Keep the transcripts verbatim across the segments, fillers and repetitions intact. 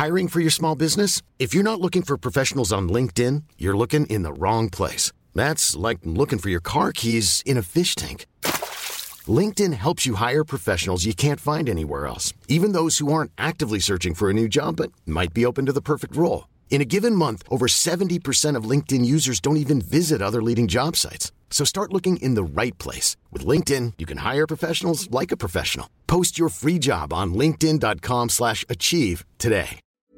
Hiring for your small business? If you're not looking for professionals on LinkedIn, you're looking in the wrong place. That's like looking for your car keys in a fish tank. LinkedIn helps you hire professionals you can't find anywhere else, even those who aren't actively searching for a new job but might be open to the perfect role. In a given month, over seventy percent of LinkedIn users don't even visit other leading job sites. So start looking in the right place. With LinkedIn, you can hire professionals like a professional. Post your free job on linkedin.com slash achieve today.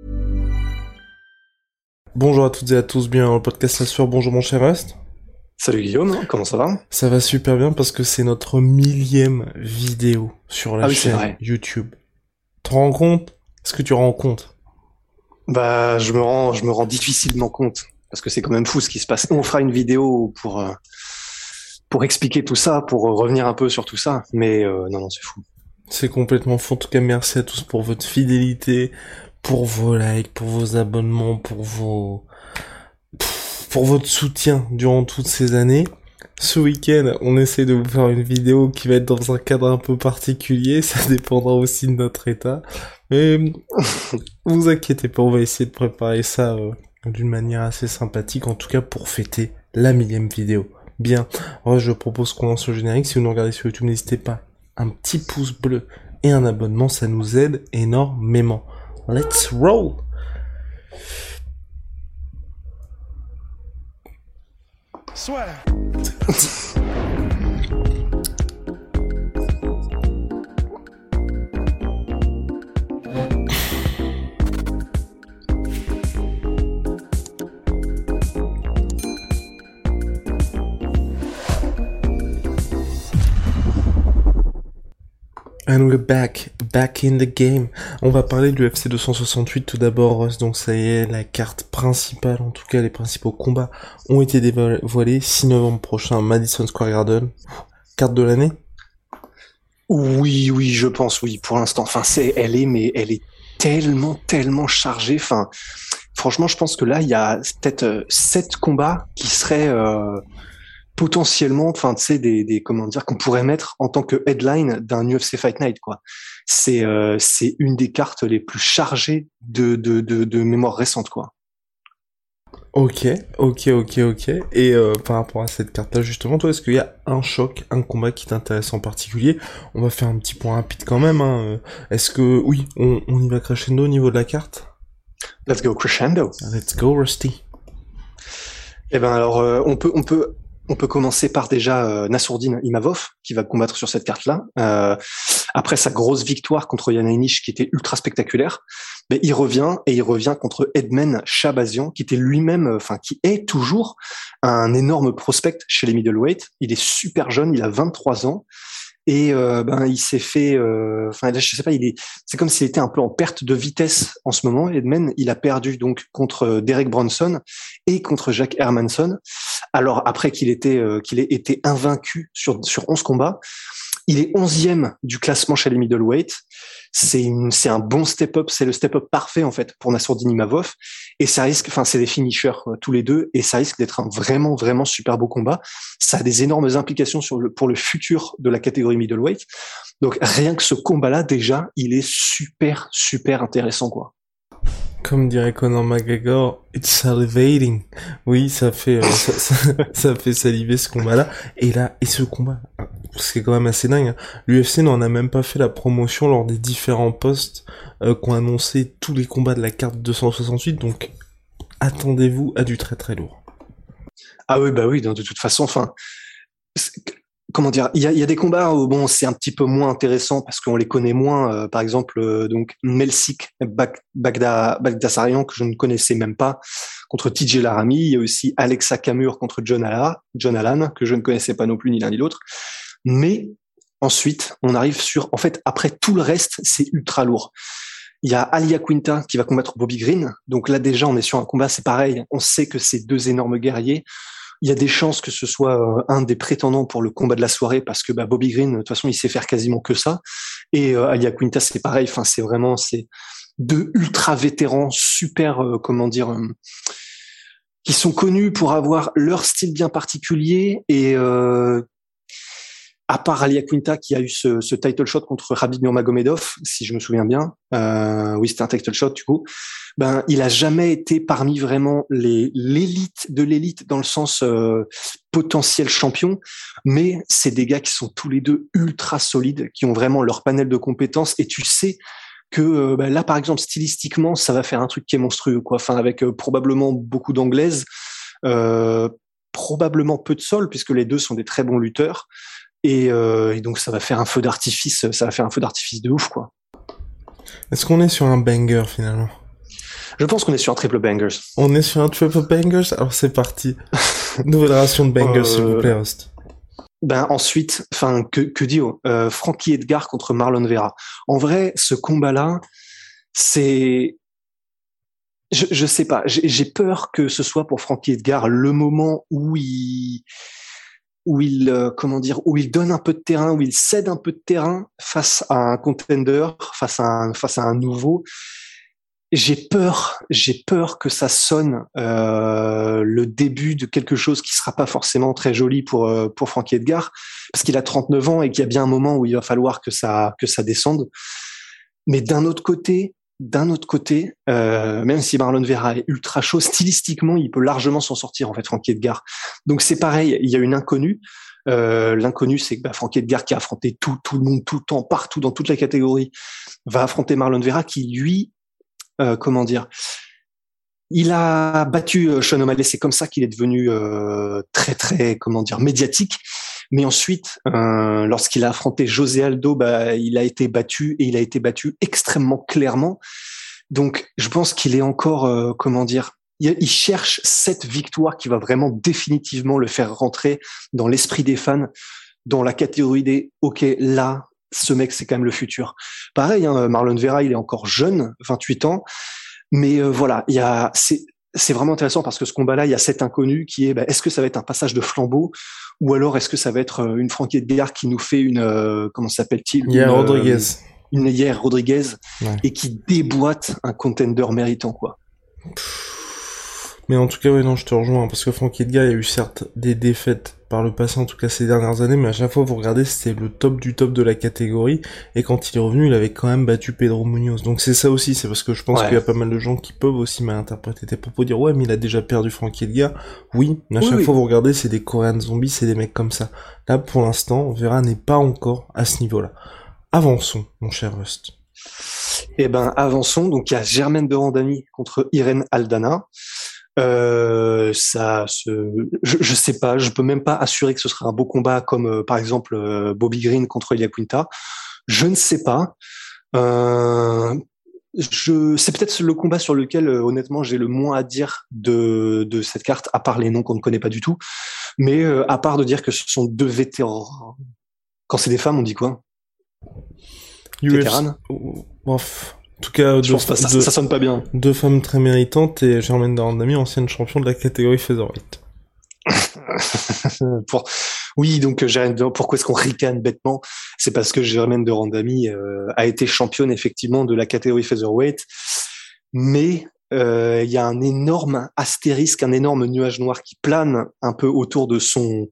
Bonjour à toutes et à tous, bienvenue dans le podcast Assure. Bonjour mon cher Rust. Salut Guillaume, comment ça va? Ça va super bien parce que c'est notre millième vidéo sur la ah oui, chaîne YouTube. Tu te rends compte? Est-ce que tu rends compte? Bah, je me rends, je me rends difficilement compte parce que c'est quand même fou ce qui se passe. On fera une vidéo pour euh, pour expliquer tout ça, pour revenir un peu sur tout ça. Mais euh, non, non, c'est fou. C'est complètement fou. En tout cas, merci à tous pour votre fidélité, pour vos likes, pour vos abonnements, pour vos pour votre soutien durant toutes ces années. Ce week-end, on essaie de vous faire une vidéo qui va être dans un cadre un peu particulier. Ça dépendra aussi de notre état. Mais vous inquiétez pas, on va essayer de préparer ça euh, d'une manière assez sympathique, en tout cas pour fêter la millième vidéo. Bien, alors je propose qu'on lance le générique. Si vous nous regardez sur YouTube, n'hésitez pas, un petit pouce bleu et un abonnement, ça nous aide énormément. Let's roll! Soit. And we're back, back in the game. On va parler de l'U F C deux cent soixante-huit tout d'abord, Ross. Donc ça y est, la carte principale, en tout cas les principaux combats, ont été dévoilés. six novembre prochain, Madison Square Garden. Carte de l'année? Oui, oui, je pense, oui, pour l'instant. Enfin, c'est, elle est, mais elle est tellement, tellement chargée. Enfin, franchement, je pense que là, il y a peut-être euh, sept combats qui seraient euh, potentiellement, enfin, tu sais, des, des, comment dire, qu'on pourrait mettre en tant que headline d'un U F C Fight Night, quoi. C'est, euh, c'est une des cartes les plus chargées de, de, de, de mémoire récente, quoi. Ok, ok, ok, ok. Et euh, par rapport à cette carte-là, justement, toi, est-ce qu'il y a un choc, un combat qui t'intéresse en particulier? On va faire un petit point rapide quand même. Hein. Est-ce que, oui, on, on y va crescendo au niveau de la carte? Let's go crescendo. Let's go Rusty. Eh ben alors, euh, on peut, on peut. On peut commencer par déjà euh, Nassourdine Imavov qui va combattre sur cette carte-là. Euh, après sa grosse victoire contre Yana Inish qui était ultra spectaculaire, mais il revient et il revient contre Edmen Shabazian qui était lui-même, enfin qui est toujours un énorme prospect chez les middleweight. Il est super jeune, il a vingt-trois ans. Et euh, ben il s'est fait, enfin euh, je sais pas, il est, c'est comme s'il était un peu en perte de vitesse en ce moment. Edmen, il a perdu donc contre Derek Bronson et contre Jack Hermansson. Alors après qu'il était, euh, qu'il ait été invaincu sur sur onze combats, il est onzième du classement chez les middleweight. C'est une, c'est un bon step-up, c'est le step-up parfait en fait pour Nassourdine Imavov. Et ça risque, enfin c'est des finishers euh, tous les deux, et ça risque d'être un vraiment vraiment super beau combat. Ça a des énormes implications sur le pour le futur de la catégorie middleweight. Donc rien que ce combat-là déjà, il est super super intéressant quoi. Comme dirait Conor McGregor, it's salivating. Oui, ça fait, euh, ça, ça, ça fait saliver ce combat-là. Et là, et ce combat, c'est quand même assez dingue. Hein. L'U F C n'en a même pas fait la promotion lors des différents posts euh, qu'ont annoncé tous les combats de la carte deux cent soixante-huit. Donc, attendez-vous à du très très lourd. Ah oui, bah oui, de toute façon, enfin, comment dire, il y a, il y a des combats où bon, c'est un petit peu moins intéressant parce qu'on les connaît moins. Euh, par exemple, euh, donc Melsik Bag- Bagda Bagdasaryan que je ne connaissais même pas contre T J Laramie. Il y a aussi Alexa Kamur contre John Allan, John Allan que je ne connaissais pas non plus ni l'un ni l'autre. Mais ensuite, on arrive sur, en fait, après tout le reste, c'est ultra lourd. Il y a Alia Quinta qui va combattre Bobby Green. Donc là, déjà, on est sur un combat, c'est pareil. On sait que c'est deux énormes guerriers. Il y a des chances que ce soit euh, un des prétendants pour le combat de la soirée parce que bah, Bobby Green, de toute façon, il sait faire quasiment que ça. Et euh, Alia Quinta, c'est pareil. Enfin, c'est vraiment, c'est deux ultra vétérans, super, euh, comment dire, euh, qui sont connus pour avoir leur style bien particulier et euh, à part Ali Quinta qui a eu ce, ce title shot contre Khabib Nurmagomedov, si je me souviens bien, euh, oui c'était un title shot du coup, ben il a jamais été parmi vraiment les l'élite de l'élite dans le sens euh, potentiel champion, mais c'est des gars qui sont tous les deux ultra solides, qui ont vraiment leur panel de compétences et tu sais que euh, ben là par exemple stylistiquement ça va faire un truc qui est monstrueux quoi, enfin avec euh, probablement beaucoup d'anglaises, euh, probablement peu de sol puisque les deux sont des très bons lutteurs. Et, euh, et donc ça va faire un feu d'artifice, ça va faire un feu d'artifice de ouf quoi. Est-ce qu'on est sur un banger finalement? Je pense qu'on est sur un triple bangers. On est sur un triple bangers? Alors c'est parti. Nouvelle ration de bangers euh... s'il vous plaît, Rust. Ben ensuite, enfin que que dire, euh, Frankie Edgar contre Marlon Vera. En vrai, ce combat-là, c'est, je je sais pas, j'ai, j'ai peur que ce soit pour Frankie Edgar le moment où il où il, euh, comment dire, où il donne un peu de terrain, où il cède un peu de terrain face à un contender, face à un, face à un nouveau. J'ai peur, j'ai peur que ça sonne euh, le début de quelque chose qui sera pas forcément très joli pour euh, pour Frankie Edgar, parce qu'il a trente-neuf ans et qu'il y a bien un moment où il va falloir que ça que ça descende. Mais d'un autre côté, d'un autre côté, euh, même si Marlon Vera est ultra chaud, stylistiquement, il peut largement s'en sortir, en fait, Frankie Edgar. Donc c'est pareil, il y a une inconnue. Euh, l'inconnu, c'est que bah, Frankie Edgar, qui a affronté tout, tout le monde, tout le temps, partout, dans toute la catégorie, va affronter Marlon Vera, qui, lui, euh, comment dire, il a battu euh, Sean O'Malley, c'est comme ça qu'il est devenu euh, très, très, comment dire, médiatique. Mais ensuite, euh, lorsqu'il a affronté José Aldo, bah, il a été battu et il a été battu extrêmement clairement. Donc, je pense qu'il est encore, euh, comment dire, il, il cherche cette victoire qui va vraiment définitivement le faire rentrer dans l'esprit des fans, dans la catégorie des « ok, là, ce mec, c'est quand même le futur ». Pareil, hein, Marlon Vera, il est encore jeune, vingt-huit ans, mais euh, voilà, il y a, c'est, c'est vraiment intéressant parce que ce combat-là, il y a cet inconnu qui est, bah, est-ce que ça va être un passage de flambeau? Ou alors est-ce que ça va être une Frankie Edgar qui nous fait une euh, comment s'appelle-t-il Yair une, Rodriguez, une Yair Rodriguez ouais. Et qui déboîte un contender méritant quoi. Mais en tout cas, ouais, non, je te rejoins, parce que Frankie Edgar, il y a eu certes des défaites par le passé, en tout cas ces dernières années, mais à chaque fois, vous regardez, c'était le top du top de la catégorie, et quand il est revenu, il avait quand même battu Pedro Munoz. Donc c'est ça aussi, c'est parce que je pense ouais. qu'il y a pas mal de gens qui peuvent aussi mal interpréter tes propos, dire ouais, mais il a déjà perdu Frankie Edgar. Oui, mais à chaque oui, fois, oui. vous regardez, c'est des Korean zombies, c'est des mecs comme ça. Là, pour l'instant, Vera n'est pas encore à ce niveau-là. Avançons, mon cher Rust. Eh ben, avançons. Donc, il y a Germaine de Randami contre Irene Aldana. Euh, ça, se, je, je sais pas, je peux même pas assurer que ce sera un beau combat comme euh, par exemple euh, Bobby Green contre Ilia Quinta. Je ne sais pas. Euh, je, c'est peut-être le combat sur lequel euh, honnêtement j'ai le moins à dire de de cette carte, à part les noms qu'on ne connaît pas du tout. Mais euh, à part de dire que ce sont deux vétérans. Quand c'est des femmes, on dit quoi? Vétérane. Ouf. En tout cas, je deux, pense pas, ça, deux, ça sonne pas bien. Deux femmes très méritantes et Germaine de Randami, ancienne championne de la catégorie featherweight. Pour... Oui, donc Germaine de... pourquoi est-ce qu'on ricane bêtement? C'est parce que Germaine de Randami euh, a été championne effectivement de la catégorie featherweight, mais il euh, y a un énorme astérisque, un énorme nuage noir qui plane un peu autour de son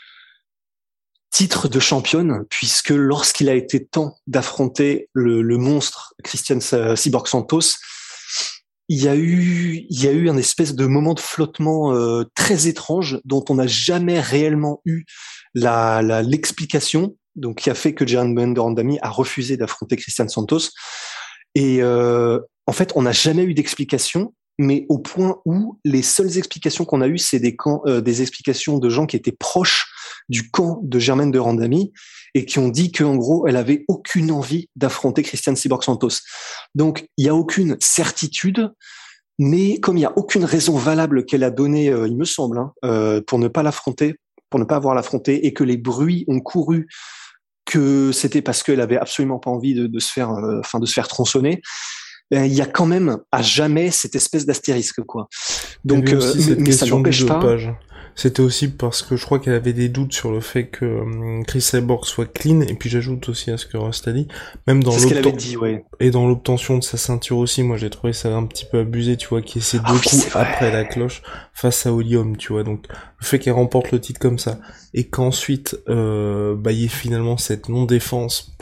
titre de championne, puisque lorsqu'il a été temps d'affronter le, le monstre Christian Cyborg Santos, il y a eu, il y a eu un espèce de moment de flottement euh, très étrange dont on n'a jamais réellement eu la, la, l'explication, donc qui a fait que Germaine de Randami a refusé d'affronter Christian Santos. Et euh, en fait, on n'a jamais eu d'explication, mais au point où les seules explications qu'on a eues, c'est des, camps, euh, des explications de gens qui étaient proches du camp de Germaine de Randami et qui ont dit qu'en gros, elle avait aucune envie d'affronter Christian Cyborg Santos. Donc, il y a aucune certitude, mais comme il y a aucune raison valable qu'elle a donnée, euh, il me semble, hein, euh, pour ne pas l'affronter, pour ne pas avoir l'affronter, et que les bruits ont couru que c'était parce qu'elle avait absolument pas envie de, de se faire, enfin, euh, de se faire tronçonner. Il y a quand même à jamais cette espèce d'astérisque, quoi. Donc, euh, mais, mais ça n'empêche pas. C'était aussi parce que je crois qu'elle avait des doutes sur le fait que hum, Chris Cyborg soit clean, et puis j'ajoute aussi à ce que Rust a dit, même dans C'est ce qu'elle avait l'obten- dit, ouais. et dans l'obtention de sa ceinture aussi, moi j'ai trouvé ça un petit peu abusé, tu vois, qu'il y ait ces deux Ah oui, coups c'est vrai. après la cloche face à Olium, tu vois, donc le fait qu'elle remporte le titre comme ça, et qu'ensuite, euh, bah, il y ait finalement cette non-défense.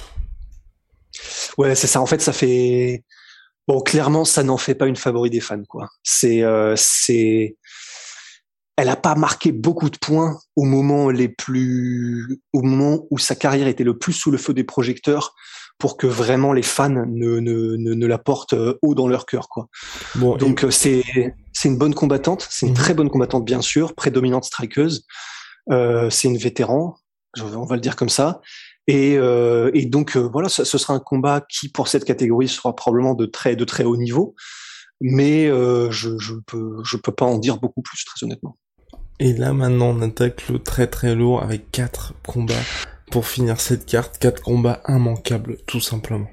Ouais, c'est ça. En fait, ça fait. Bon, clairement, ça n'en fait pas une favori des fans, quoi. C'est, euh, c'est. Elle a pas marqué beaucoup de points au moment les plus, au moment où sa carrière était le plus sous le feu des projecteurs, pour que vraiment les fans ne ne ne, ne la portent haut dans leur cœur, quoi. Bon, Donc et... euh, c'est c'est une bonne combattante, c'est une Mhm. très bonne combattante bien sûr, prédominante strikeuse. Euh, c'est une vétéran, on va le dire comme ça. Et, euh, et donc euh, voilà, ce, ce sera un combat qui pour cette catégorie sera probablement de très de très haut niveau, mais euh, je je peux je peux pas en dire beaucoup plus très honnêtement. Et là maintenant on attaque le très très lourd avec quatre combats pour finir cette carte, quatre combats immanquables tout simplement.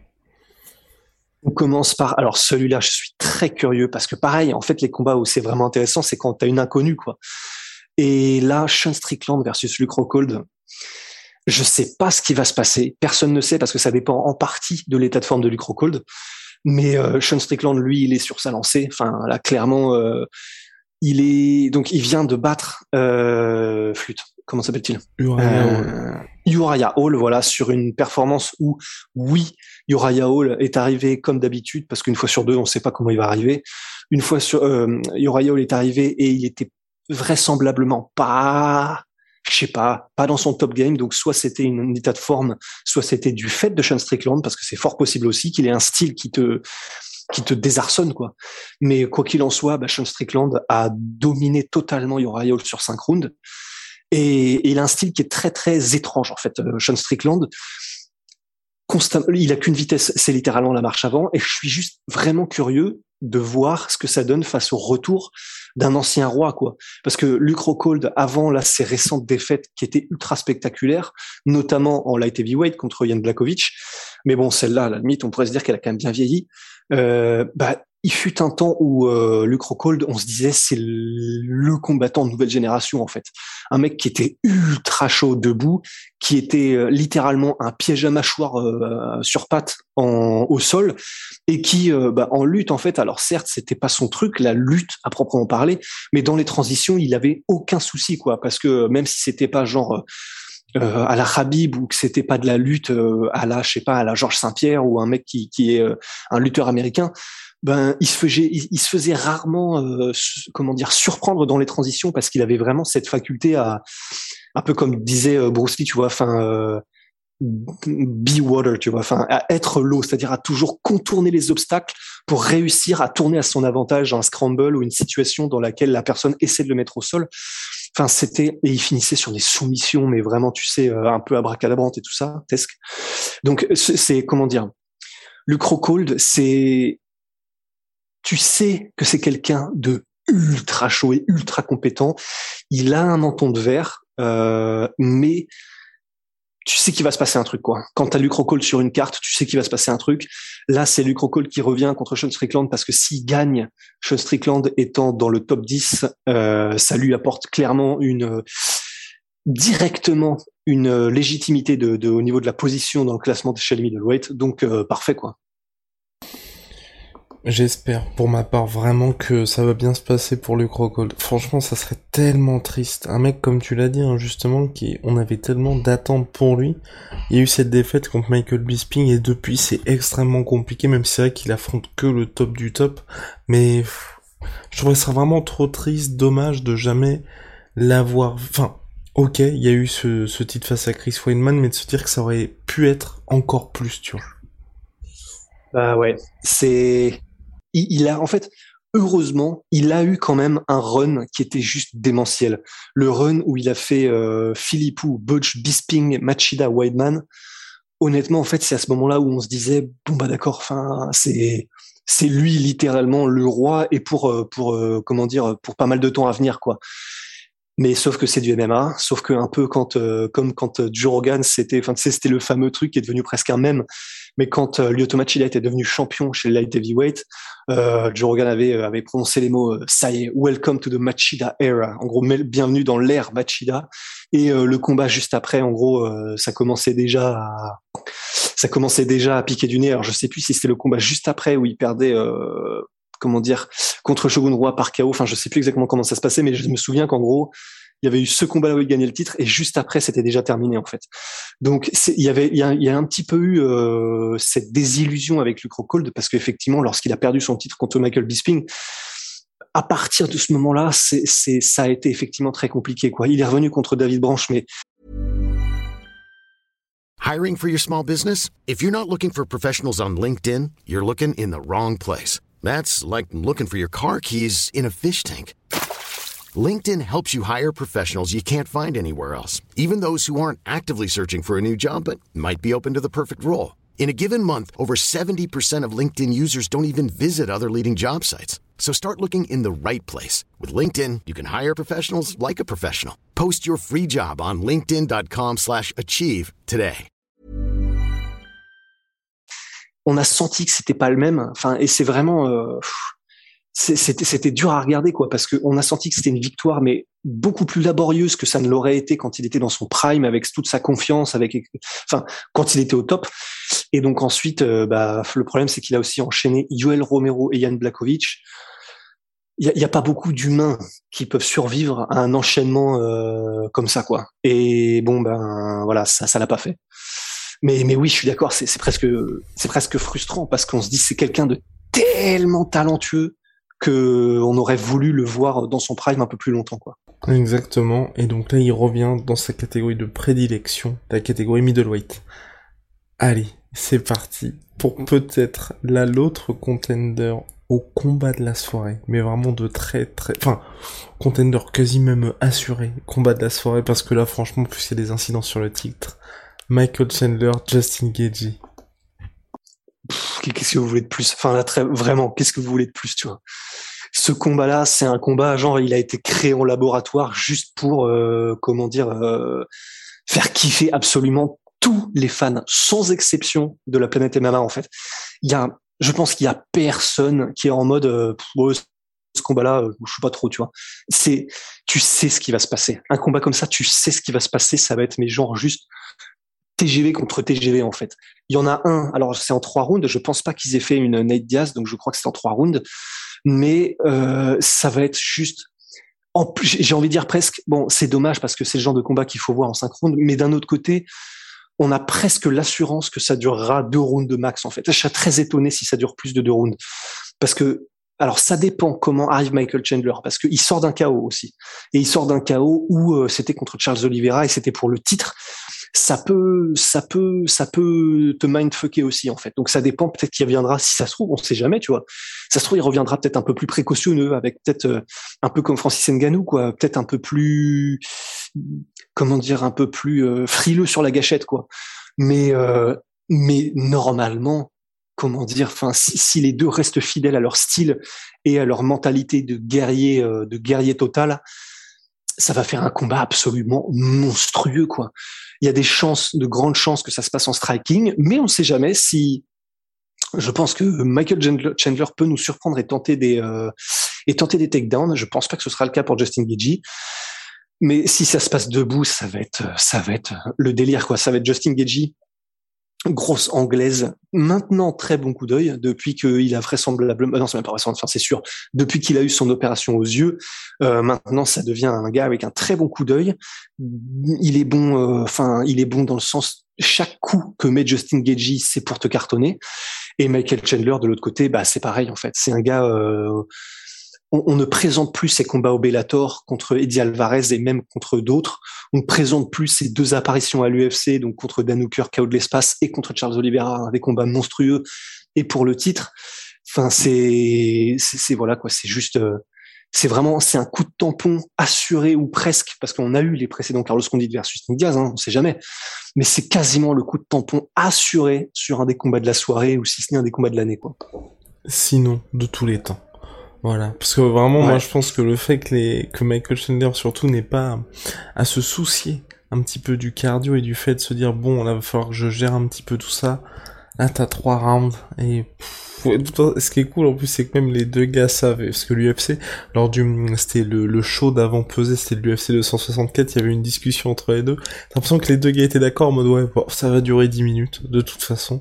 On commence par alors celui-là, je suis très curieux parce que pareil, en fait les combats où c'est vraiment intéressant, c'est quand t'as une inconnue quoi. Et là, Sean Strickland versus Luke Rockhold, je sais pas ce qui va se passer. Personne ne sait parce que ça dépend en partie de l'état de forme de Luke Rockhold. Mais euh, Sean Strickland, lui, il est sur sa lancée. Enfin, là, clairement, euh, il est donc il vient de battre euh, flûte. Comment s'appelle-t-il? Uriah Hall. Euh, Uriah Hall, voilà, sur une performance où, oui, Uriah Hall est arrivé comme d'habitude, parce qu'une fois sur deux, on ne sait pas comment il va arriver. Une fois sur, euh, Uriah Hall est arrivé et il était vraisemblablement pas, je sais pas, pas dans son top game. Donc soit c'était une, un état de forme, soit c'était du fait de Sean Strickland, parce que c'est fort possible aussi qu'il ait un style qui te qui te désarçonne, quoi. Mais quoi qu'il en soit, bah, Sean Strickland a dominé totalement Uriah Hall sur cinq rounds. Et, et il a un style qui est très très étrange en fait. Euh, Sean Strickland, constamment, il a qu'une vitesse, c'est littéralement la marche avant. Et je suis juste vraiment curieux de voir ce que ça donne face au retour d'un ancien roi, quoi. Parce que Luke Rockhold, avant là ses récentes défaites qui étaient ultra spectaculaires, notamment en light heavyweight contre Jan Blachowicz, mais bon celle-là, à la limite, on pourrait se dire qu'elle a quand même bien vieilli. Euh, bah il fut un temps où euh, Luke Rockhold, on se disait c'est le combattant de nouvelle génération en fait, un mec qui était ultra chaud debout, qui était euh, littéralement un piège à mâchoire euh, sur pattes en, au sol, et qui euh, bah, en lutte en fait, alors certes c'était pas son truc la lutte à proprement parler, mais dans les transitions il avait aucun souci quoi, parce que même si c'était pas genre euh, à la Khabib ou que c'était pas de la lutte euh, à la je sais pas à la Georges Saint-Pierre ou un mec qui qui est euh, un lutteur américain, ben il se faisait il, il se faisait rarement euh, su, comment dire surprendre dans les transitions parce qu'il avait vraiment cette faculté à un peu comme disait euh, Bruce Lee, tu vois, enfin euh, be water, tu vois, enfin à être l'eau, c'est-à-dire à toujours contourner les obstacles pour réussir à tourner à son avantage un scramble ou une situation dans laquelle la personne essaie de le mettre au sol. Enfin, c'était, et il finissait sur des soumissions, mais vraiment, tu sais, un peu abracadabrante et tout ça, tesque. Donc, c'est, comment dire, Luke Rockhold, c'est, tu sais que c'est quelqu'un de ultra chaud et ultra compétent. Il a un menton de verre, euh, mais tu sais qu'il va se passer un truc, quoi. Quand t'as Luke Rockhold sur une carte, tu sais qu'il va se passer un truc. Là, c'est Luke Rockhold qui revient contre Sean Strickland parce que s'il gagne, Sean Strickland étant dans le top dix, euh, ça lui apporte clairement une, euh, directement une euh, légitimité de, de, au niveau de la position dans le classement de chez les middleweight. Donc, euh, parfait, quoi. J'espère, pour ma part, vraiment que ça va bien se passer pour Luke Rockhold. Franchement, ça serait tellement triste. Un mec, comme tu l'as dit, hein, justement, qui, on avait tellement d'attentes pour lui. Il y a eu cette défaite contre Michael Bisping, et depuis, c'est extrêmement compliqué, même si c'est vrai qu'il affronte que le top du top. Mais, pff, je trouverais ça vraiment trop triste, dommage de jamais l'avoir... Enfin, ok, il y a eu ce, ce titre face à Chris Weidman, mais de se dire que ça aurait pu être encore plus, tu vois. Bah ouais, c'est... Il a, en fait, heureusement, il a eu quand même un run qui était juste démentiel. Le run où il a fait euh, Philippou, Butch, Bisping, Machida, Weidman. Honnêtement, en fait, c'est à ce moment-là où on se disait, bon bah d'accord, enfin, c'est c'est lui littéralement le roi et pour pour euh, comment dire, pour pas mal de temps à venir quoi. Mais sauf que c'est du M M A, sauf que un peu quand, euh, comme quand euh, Joe Rogan, c'était, enfin, tu sais, c'était le fameux truc qui est devenu presque un mème. Mais quand euh, Lyoto Machida était devenu champion chez le light heavyweight, euh, Joe Rogan avait euh, avait prononcé les mots euh, ça y est, welcome to the Machida era. En gros, bienvenue dans l'ère Machida. Et euh, le combat juste après, en gros, euh, ça commençait déjà à ça commençait déjà à piquer du nez. Alors je sais plus si c'était le combat juste après où il perdait. Euh, comment dire, contre Shogun Roi par K O. Enfin, je sais plus exactement comment ça se passait, mais je me souviens qu'en gros, il y avait eu ce combat-là où il gagnait le titre et juste après, c'était déjà terminé, en fait. Donc, c'est, il y avait, il y a, il y a un petit peu eu euh, cette désillusion avec Luke Rockhold parce qu'effectivement, lorsqu'il a perdu son titre contre Michael Bisping, à partir de ce moment-là, c'est, c'est, ça a été effectivement très compliqué, quoi. Il est revenu contre David Branch, mais Hiring for your small business? If you're not looking for professionals on LinkedIn, you're looking in the wrong place. That's like looking for your car keys in a fish tank. LinkedIn helps you hire professionals you can't find anywhere else, even those who aren't actively searching for a new job but might be open to the perfect role. In a given month, over seventy percent of LinkedIn users don't even visit other leading job sites. So start looking in the right place. With LinkedIn, you can hire professionals like a professional. Post your free job on linkedin dot com slash achieve today. On a senti que c'était pas le même. Enfin, et c'est vraiment, euh, c'était, c'était dur à regarder, quoi, parce que on a senti que c'était une victoire, mais beaucoup plus laborieuse que ça ne l'aurait été quand il était dans son prime, avec toute sa confiance, avec, enfin, quand il était au top. Et donc ensuite, euh, bah, le problème, c'est qu'il a aussi enchaîné Yoel Romero et Jan Blachowicz. Il y a, y a pas beaucoup d'humains qui peuvent survivre à un enchaînement euh, comme ça, quoi. Et bon, ben voilà, ça, ça l'a pas fait. Mais, mais oui, je suis d'accord, c'est, c'est presque, c'est presque frustrant parce qu'on se dit c'est quelqu'un de tellement talentueux que on aurait voulu le voir dans son prime un peu plus longtemps, quoi. Exactement. Et donc là, il revient dans sa catégorie de prédilection, la catégorie middleweight. Allez, c'est parti pour peut-être là l'autre contender au combat de la soirée, mais vraiment de très très, enfin, contender quasi même assuré, combat de la soirée, parce que là, franchement, plus il y a des incidents sur le titre. Michael Chandler, Justin Gaethje. Pff, qu'est-ce que vous voulez de plus? Enfin, là, très, vraiment, qu'est-ce que vous voulez de plus, tu vois? Ce combat-là, c'est un combat, genre, il a été créé en laboratoire juste pour, euh, comment dire, euh, faire kiffer absolument tous les fans, sans exception, de la planète M M A, en fait. Il y a, je pense qu'il y a personne qui est en mode, euh, ouais, ce combat-là, euh, je sais pas trop, tu vois. C'est, tu sais ce qui va se passer. Un combat comme ça, tu sais ce qui va se passer, ça va être, mais genre, juste, T G V contre T G V, en fait. Il y en a un, alors c'est en trois rounds, je pense pas qu'ils aient fait une Nate Diaz, donc je crois que c'est en trois rounds, mais euh, ça va être juste, en plus, j'ai envie de dire presque, bon, c'est dommage parce que c'est le genre de combat qu'il faut voir en cinq rounds, mais d'un autre côté, on a presque l'assurance que ça durera deux rounds de max, en fait. Je serais très étonné si ça dure plus de deux rounds, parce que alors ça dépend comment arrive Michael Chandler, parce qu'il sort d'un K O aussi, et il sort d'un K O où euh, c'était contre Charles Oliveira et c'était pour le titre. Ça peut, ça peut, ça peut te mindfucker aussi, en fait. Donc ça dépend, peut-être qu'il reviendra, si ça se trouve, on sait jamais, tu vois. Ça se trouve, il reviendra peut-être un peu plus précautionneux, avec peut-être euh, un peu comme Francis Ngannou, quoi. Peut-être un peu plus, comment dire, un peu plus euh, frileux sur la gâchette, quoi. Mais, euh, mais normalement, comment dire, enfin, si, si les deux restent fidèles à leur style et à leur mentalité de guerrier, euh, de guerrier total, ça va faire un combat absolument monstrueux, quoi. Il y a des chances, de grandes chances que ça se passe en striking, mais on ne sait jamais si, je pense que Michael Chandler peut nous surprendre et tenter des, euh, et tenter des takedowns. Je pense pas que ce sera le cas pour Justin Gaethje. Mais si ça se passe debout, ça va être, ça va être le délire, quoi. Ça va être Justin Gaethje, grosse anglaise, maintenant très bon coup d'œil, depuis qu'il a vraisemblablement, non, c'est même pas vraisemblable, enfin, c'est sûr, depuis qu'il a eu son opération aux yeux, euh, maintenant, ça devient un gars avec un très bon coup d'œil. Il est bon, enfin, euh, il est bon dans le sens, chaque coup que met Justin Gaethje, c'est pour te cartonner. Et Michael Chandler, de l'autre côté, bah, c'est pareil, en fait. C'est un gars, euh, on, on ne présente plus ses combats au Bellator contre Eddie Alvarez et même contre d'autres. On ne présente plus ses deux apparitions à l'U F C, donc contre Dan Hooker, K O de l'espace, et contre Charles Oliveira, hein, des combats monstrueux, et pour le titre. Enfin, c'est, c'est, c'est voilà, quoi. C'est juste, euh, c'est vraiment, c'est un coup de tampon assuré ou presque, parce qu'on a eu les précédents Carlos Condit versus Nick Diaz, hein, on sait jamais. Mais c'est quasiment le coup de tampon assuré sur un des combats de la soirée, ou si ce n'est un des combats de l'année, quoi. Sinon, de tous les temps. Voilà, parce que vraiment, Ouais. moi, je pense que le fait que les que Michael Chandler surtout n'ait pas à se soucier un petit peu du cardio et du fait de se dire bon, là, va falloir que je gère un petit peu tout ça. Là, t'as trois rounds et pff, ouais, tout- ce qui est cool en plus, c'est que même les deux gars savent, parce que l'U F C, lors du, c'était le, le show d'avant pesé, c'était l'U F C deux cent soixante-quatre, il y avait une discussion entre les deux. T'as l'impression que les deux gars étaient d'accord en mode ouais, bon, ça va durer dix minutes de toute façon.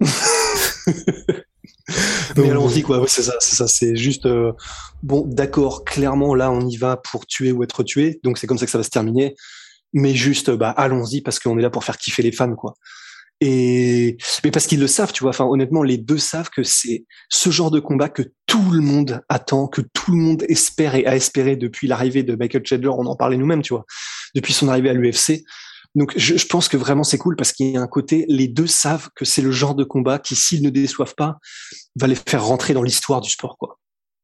Mais Donc, allons-y, bon. quoi. Ouais, c'est ça, c'est ça. C'est juste, euh, bon, d'accord, clairement, là, on y va pour tuer ou être tué. Donc, c'est comme ça que ça va se terminer. Mais juste, bah, allons-y parce qu'on est là pour faire kiffer les fans, quoi. Et, mais parce qu'ils le savent, tu vois. Enfin, honnêtement, les deux savent que c'est ce genre de combat que tout le monde attend, que tout le monde espère et a espéré depuis l'arrivée de Michael Chandler. On en parlait nous-mêmes, tu vois. Depuis son arrivée à l'U F C. Donc, je, je pense que vraiment c'est cool parce qu'il y a un côté, les deux savent que c'est le genre de combat qui, s'ils ne déçoivent pas, va les faire rentrer dans l'histoire du sport, quoi.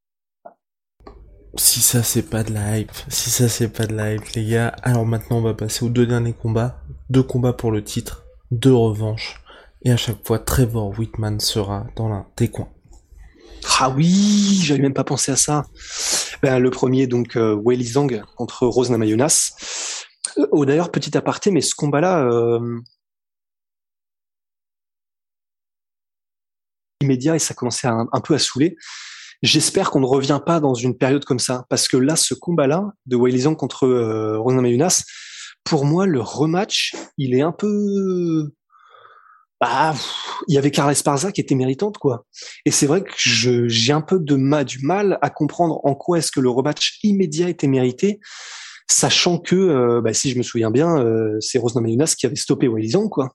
Si ça c'est pas de la hype, si ça c'est pas de la hype, les gars, alors maintenant on va passer aux deux derniers combats. Deux combats pour le titre, deux revanches. Et à chaque fois, Trevor Whitman sera dans l'un des coins. Ah oui, j'avais même pas pensé à ça. Ben, le premier, donc, euh, Weili Zhang contre Rose Namajunas. Euh, oh, d'ailleurs, petit aparté, mais ce combat-là, euh, immédiat, et ça commençait à, un, un peu à saouler. J'espère qu'on ne revient pas dans une période comme ça, parce que là, ce combat-là, de Weili Zhang contre euh, Rose Namajunas, pour moi, le rematch, il est un peu... Bah, pff, il y avait Carla Esparza qui était méritante, quoi. Et c'est vrai que je, j'ai un peu de ma, du mal à comprendre en quoi est-ce que le rematch immédiat était mérité, sachant que, euh, bah, si je me souviens bien, euh, c'est Rose Namajunas qui avait stoppé Weili Zhang, quoi.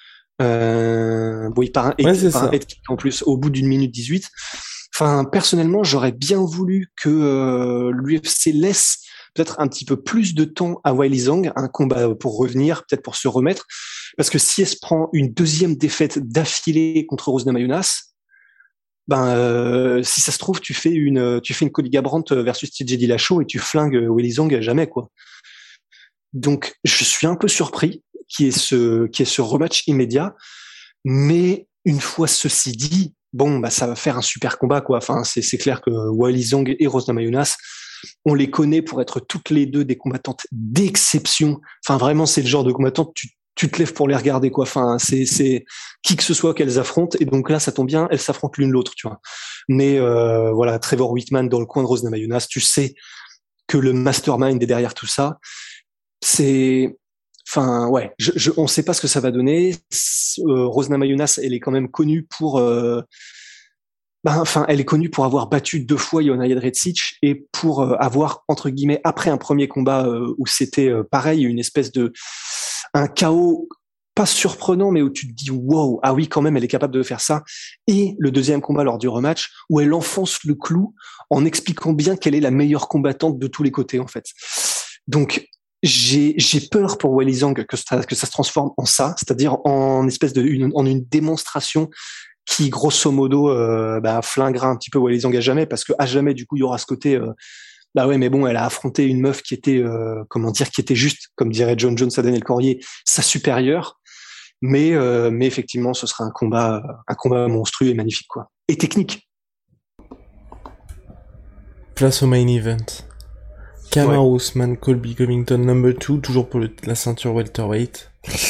Euh, bon, il part un, Ouais, c'est par un ça. head kick en plus au bout d'une minute dix-huit. Enfin, personnellement, j'aurais bien voulu que euh, l'U F C laisse peut-être un petit peu plus de temps à Weili Zhang, un combat pour revenir, peut-être pour se remettre, parce que si elle se prend une deuxième défaite d'affilée contre Rose Namajunas, ben euh, si ça se trouve, tu fais une tu fais une Cody Garbrandt versus T J Dillashaw et tu flingues Weili Zhang à jamais, quoi. Donc, je suis un peu surpris qu'il y ait ce qu'il y ait ce rematch immédiat, mais une fois ceci dit, bon, bah ça va faire un super combat, quoi. Enfin, c'est c'est clair que Weili Zhang et Rose Namajunas, on les connaît pour être toutes les deux des combattantes d'exception. Enfin, vraiment, c'est le genre de combattantes, tu, tu te lèves pour les regarder, quoi. Enfin, c'est, c'est qui que ce soit qu'elles affrontent. Et donc là, ça tombe bien, elles s'affrontent l'une l'autre, tu vois. Mais euh, voilà, Trevor Whitman dans le coin de Rose Namajunas, tu sais que le mastermind est derrière tout ça. C'est, enfin, ouais, je, je, on sait pas ce que ça va donner. Euh, Rose Namajunas, elle est quand même connue pour euh, ben, enfin, elle est connue pour avoir battu deux fois Joanna Jędrzejczyk et pour euh, avoir, entre guillemets, après un premier combat euh, où c'était euh, pareil, une espèce de un chaos pas surprenant, mais où tu te dis wow, ah oui, quand même, elle est capable de faire ça. Et le deuxième combat lors du rematch où elle enfonce le clou en expliquant bien qu'elle est la meilleure combattante de tous les côtés, en fait. Donc, j'ai, j'ai peur pour Weili Zhang que ça, que ça se transforme en ça, c'est-à-dire en espèce de, une, en une démonstration qui grosso modo euh, bah, flinguera un petit peu Weili Zhang à jamais, parce que à jamais du coup il y aura ce côté euh, bah ouais mais bon elle a affronté une meuf qui était euh, comment dire qui était juste comme dirait John Jones à Daniel Cormier sa supérieure, mais euh, mais effectivement ce sera un combat un combat monstrueux et magnifique, quoi, et technique. Place au main event. Kamaru Ouais. Usman, Colby Covington number two, toujours pour le, la ceinture welterweight.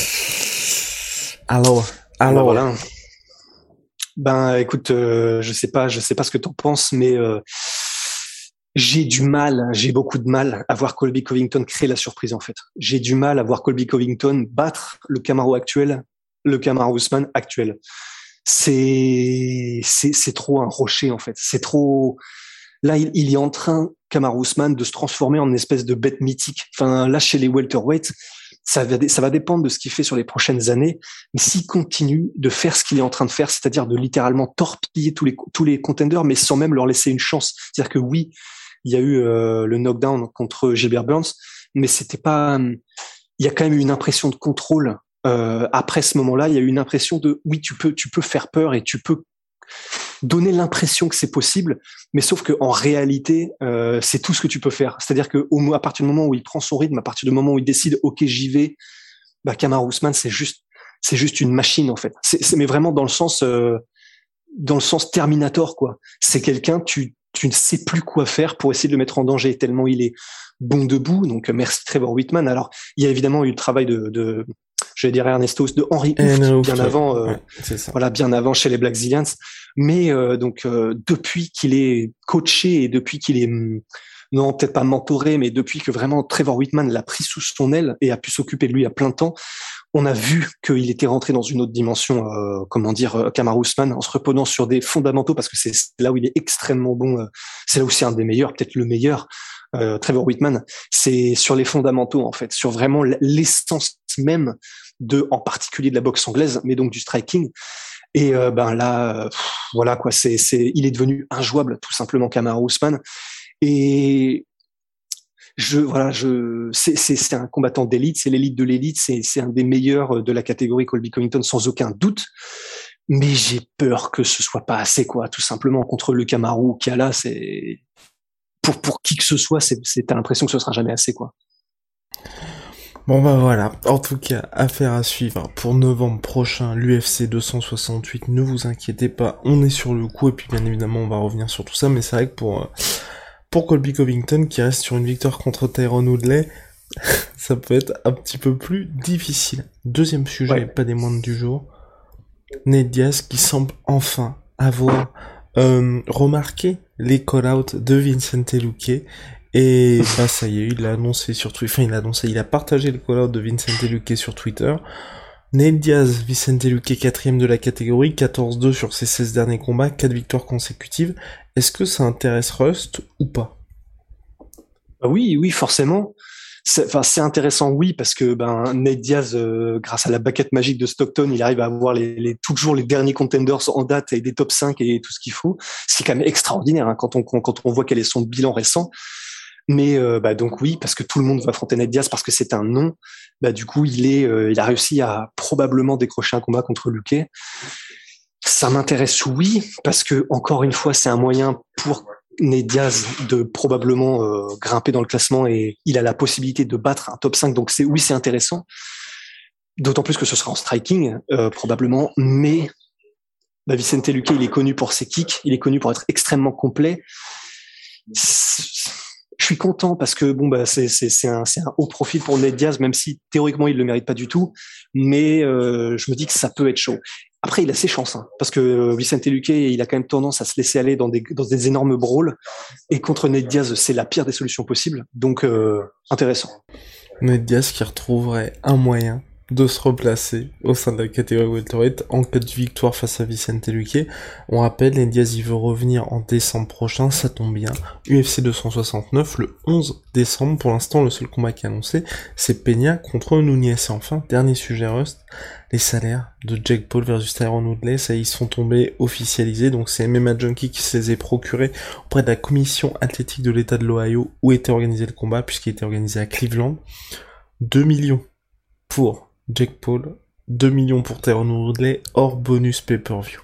Alors, Bah alors. voilà. Ben écoute, euh, je sais pas, je sais pas ce que t'en penses, mais euh, j'ai du mal, j'ai beaucoup de mal à voir Colby Covington créer la surprise, en fait. J'ai du mal à voir Colby Covington battre le Kamaru actuel, le Kamaru Usman actuel. C'est, c'est, c'est trop un rocher, en fait. C'est trop, là, il, il est en train, Kamaru Usman, de se transformer en une espèce de bête mythique. Enfin, là, chez les welterweights, ça va, ça va dépendre de ce qu'il fait sur les prochaines années. Mais s'il continue de faire ce qu'il est en train de faire, c'est-à-dire de littéralement torpiller tous les, tous les contenders, mais sans même leur laisser une chance. C'est-à-dire que oui, il y a eu euh, le knockdown contre Gilbert Burns, mais c'était pas, il y a quand même eu une impression de contrôle. Euh, après ce moment-là, il y a eu une impression de, oui, tu peux, tu peux faire peur et tu peux donner l'impression que c'est possible, mais sauf que en réalité, euh, c'est tout ce que tu peux faire. C'est-à-dire que au, à partir du moment où il prend son rythme, à partir du moment où il décide, ok, j'y vais, bah Kamaru Usman, c'est juste, c'est juste une machine, en fait. C'est, c'est mais vraiment dans le sens, euh, dans le sens Terminator, quoi. C'est quelqu'un, tu tu ne sais plus quoi faire pour essayer de le mettre en danger tellement il est bon debout. Donc merci Trevor Whitman. Alors il y a évidemment eu le travail de, de je vais dire Ernesto, de Henry Hooft, bien avant, euh, ouais, c'est ça. voilà, bien avant chez les Black Zillions. Mais euh, donc euh, depuis qu'il est coaché et depuis qu'il est non peut-être pas mentoré, mais depuis que vraiment Trevor Whitman l'a pris sous son aile et a pu s'occuper de lui à plein temps, on a vu qu'il était rentré dans une autre dimension, euh, comment dire, Kamaru Usman, en se reposant sur des fondamentaux, parce que c'est là où il est extrêmement bon, euh, c'est là où c'est un des meilleurs, peut-être le meilleur, euh, Trevor Whitman, c'est sur les fondamentaux en fait, sur vraiment l'essence même de, en particulier de la boxe anglaise, mais donc du striking. Et euh, ben là, pff, voilà quoi, c'est, c'est, il est devenu injouable tout simplement Kamaru Usman. Et je, voilà, je, c'est, c'est, c'est un combattant d'élite, c'est l'élite de l'élite, c'est, c'est un des meilleurs de la catégorie Colby Covington sans aucun doute. Mais j'ai peur que ce soit pas assez quoi, tout simplement contre le Kamaru qu'il y a là, c'est pour pour qui que ce soit, c'est, c'est t'as l'impression que ce sera jamais assez quoi. Bon bah voilà, en tout cas, affaire à suivre pour novembre prochain, l'U F C deux cent soixante-huit, ne vous inquiétez pas, on est sur le coup, et puis bien évidemment on va revenir sur tout ça, mais c'est vrai que pour, pour Colby Covington, qui reste sur une victoire contre Tyron Woodley, ça peut être un petit peu plus difficile. Deuxième sujet, ouais. Pas des moindres du jour, Nate Diaz qui semble enfin avoir euh, remarqué les call-outs de Vincent Luque. Et bah ça y est, il a annoncé sur Twitter, enfin il a annoncé, il a partagé le call-out de Vincent Luque sur Twitter. Nate Diaz, Vincent Luque quatrième de la catégorie, quatorze deux sur ses seize derniers combats, quatre victoires consécutives. Est-ce que ça intéresse Rust ou pas? Oui, oui, forcément. C'est, enfin, c'est intéressant, oui, parce que ben Nate Diaz, euh, grâce à la baguette magique de Stockton, il arrive à avoir les, les toujours les derniers contenders en date et des top cinq et tout ce qu'il faut. C'est quand même extraordinaire hein, quand on quand on voit quel est son bilan récent. Mais euh, bah donc oui, parce que tout le monde va affronter Nate Diaz parce que c'est un nom. Bah du coup, il est, euh, il a réussi à probablement décrocher un combat contre Luque. Ça m'intéresse, oui, parce que encore une fois, c'est un moyen pour Nate Diaz de probablement euh, grimper dans le classement et il a la possibilité de battre un top cinq. Donc c'est oui, c'est intéressant. D'autant plus que ce sera en striking euh, probablement. Mais bah, Vicente Luque, il est connu pour ses kicks, il est connu pour être extrêmement complet. C'est... Je suis content parce que bon bah c'est c'est c'est un c'est un haut profil pour Nate Diaz, même si théoriquement il le mérite pas du tout, mais euh, je me dis que ça peut être chaud. Après il a ses chances hein, parce que euh, Vicente Luque il a quand même tendance à se laisser aller dans des dans des énormes brawls et contre Nate Diaz c'est la pire des solutions possibles, donc euh, intéressant. Nate Diaz qui retrouverait un moyen de se replacer au sein de la catégorie welterweight en cas de victoire face à Vicente Luque. On rappelle, Nate Diaz il veut revenir en décembre prochain, ça tombe bien. U F C deux cent soixante-neuf le onze décembre. Pour l'instant, le seul combat qui est annoncé, c'est Peña contre Nunez. Et enfin, dernier sujet Rust, les salaires de Jake Paul versus Tyron Woodley, ça ils sont tombés officialisés. Donc c'est M M A Junkie qui se les a procurés auprès de la commission athlétique de l'État de l'Ohio où était organisé le combat, puisqu'il était organisé à Cleveland. deux millions pour Jake Paul, deux millions pour Tyron Woodley, hors bonus pay-per-view.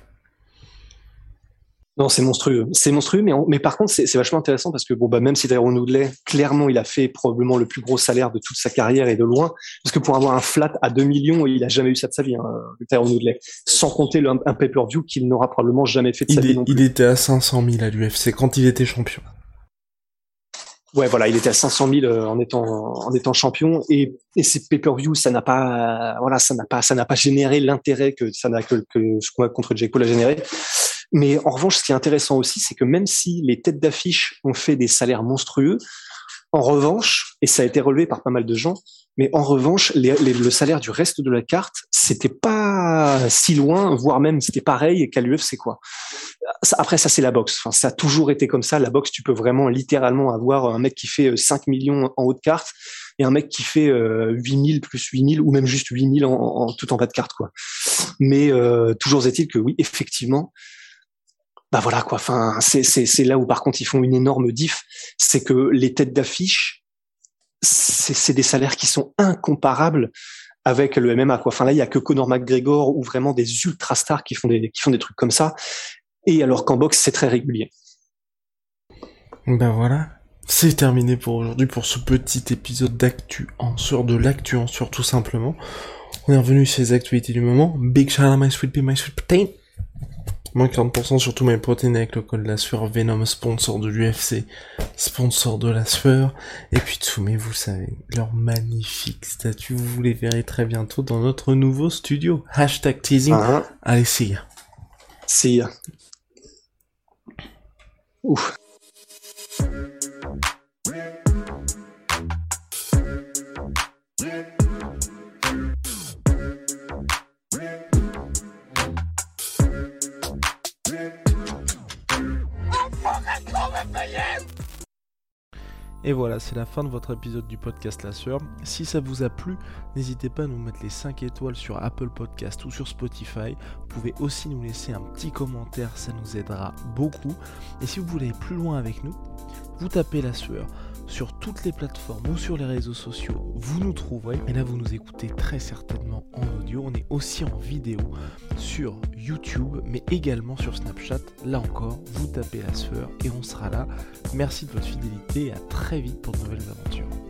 Non, c'est monstrueux. C'est monstrueux, mais, on, mais par contre, c'est, c'est vachement intéressant parce que bon, bah, même si Tyron Woodley, clairement, il a fait probablement le plus gros salaire de toute sa carrière et de loin, parce que pour avoir un flat à deux millions, il a jamais eu ça de sa vie, hein, Tyron Woodley. Sans compter le, un pay-per-view qu'il n'aura probablement jamais fait de sa il vie est, non plus. Il était à cinq cent mille à l'U F C quand il était champion. Ouais, voilà, il était à cinq cent mille en étant en étant champion et et ces pay-per-view, ça n'a pas, voilà, ça n'a pas, ça n'a pas généré l'intérêt que ça n'a que que ce combat contre Jake Paul a généré. Mais en revanche, ce qui est intéressant aussi, c'est que même si les têtes d'affiche ont fait des salaires monstrueux, en revanche, et ça a été relevé par pas mal de gens, mais en revanche, les, les, le salaire du reste de la carte, c'était pas si loin, voire même c'était pareil qu'à l'U F C, quoi. Après, ça, c'est la boxe. Enfin, ça a toujours été comme ça. La boxe, tu peux vraiment littéralement avoir un mec qui fait cinq millions en haut de carte et un mec qui fait euh, huit mille plus huit mille ou même juste huit mille en, en, tout en bas de carte, quoi. Mais euh, toujours est-il que oui, effectivement, bah voilà quoi. Enfin, c'est c'est c'est là où par contre ils font une énorme diff, c'est que les têtes d'affiche, c'est c'est des salaires qui sont incomparables avec le M M A, quoi. Enfin là, il y a que Conor McGregor ou vraiment des ultra stars qui font des qui font des trucs comme ça. Et alors qu'en boxe, c'est très régulier. Ben voilà, c'est terminé pour aujourd'hui pour ce petit épisode d'actu en sur de l'actu en sur tout simplement. On est revenu sur les actualités du moment. Big shout out my sweet pea, my sweet protein. Moins quarante pour cent sur tout MyProtein avec le code La Sueur. Venom, sponsor de l'U F C, sponsor de La Sueur. Et puis tout, mais vous savez, leurs magnifiques statues, vous les verrez très bientôt dans notre nouveau studio. Hashtag teasing. Uh-huh. Allez, see ya. See ya. Ouf. Et voilà, c'est la fin de votre épisode du podcast La Sueur. Si ça vous a plu, n'hésitez pas à nous mettre les cinq étoiles sur Apple Podcast ou sur Spotify. Vous pouvez aussi nous laisser un petit commentaire, ça nous aidera beaucoup. Et si vous voulez aller plus loin avec nous, vous tapez La Sueur sur toutes les plateformes ou sur les réseaux sociaux, vous nous trouverez. Et là, vous nous écoutez très certainement en audio. On est aussi en vidéo sur YouTube, mais également sur Snapchat. Là encore, vous tapez La Sueur et on sera là. Merci de votre fidélité et à très vite pour de nouvelles aventures.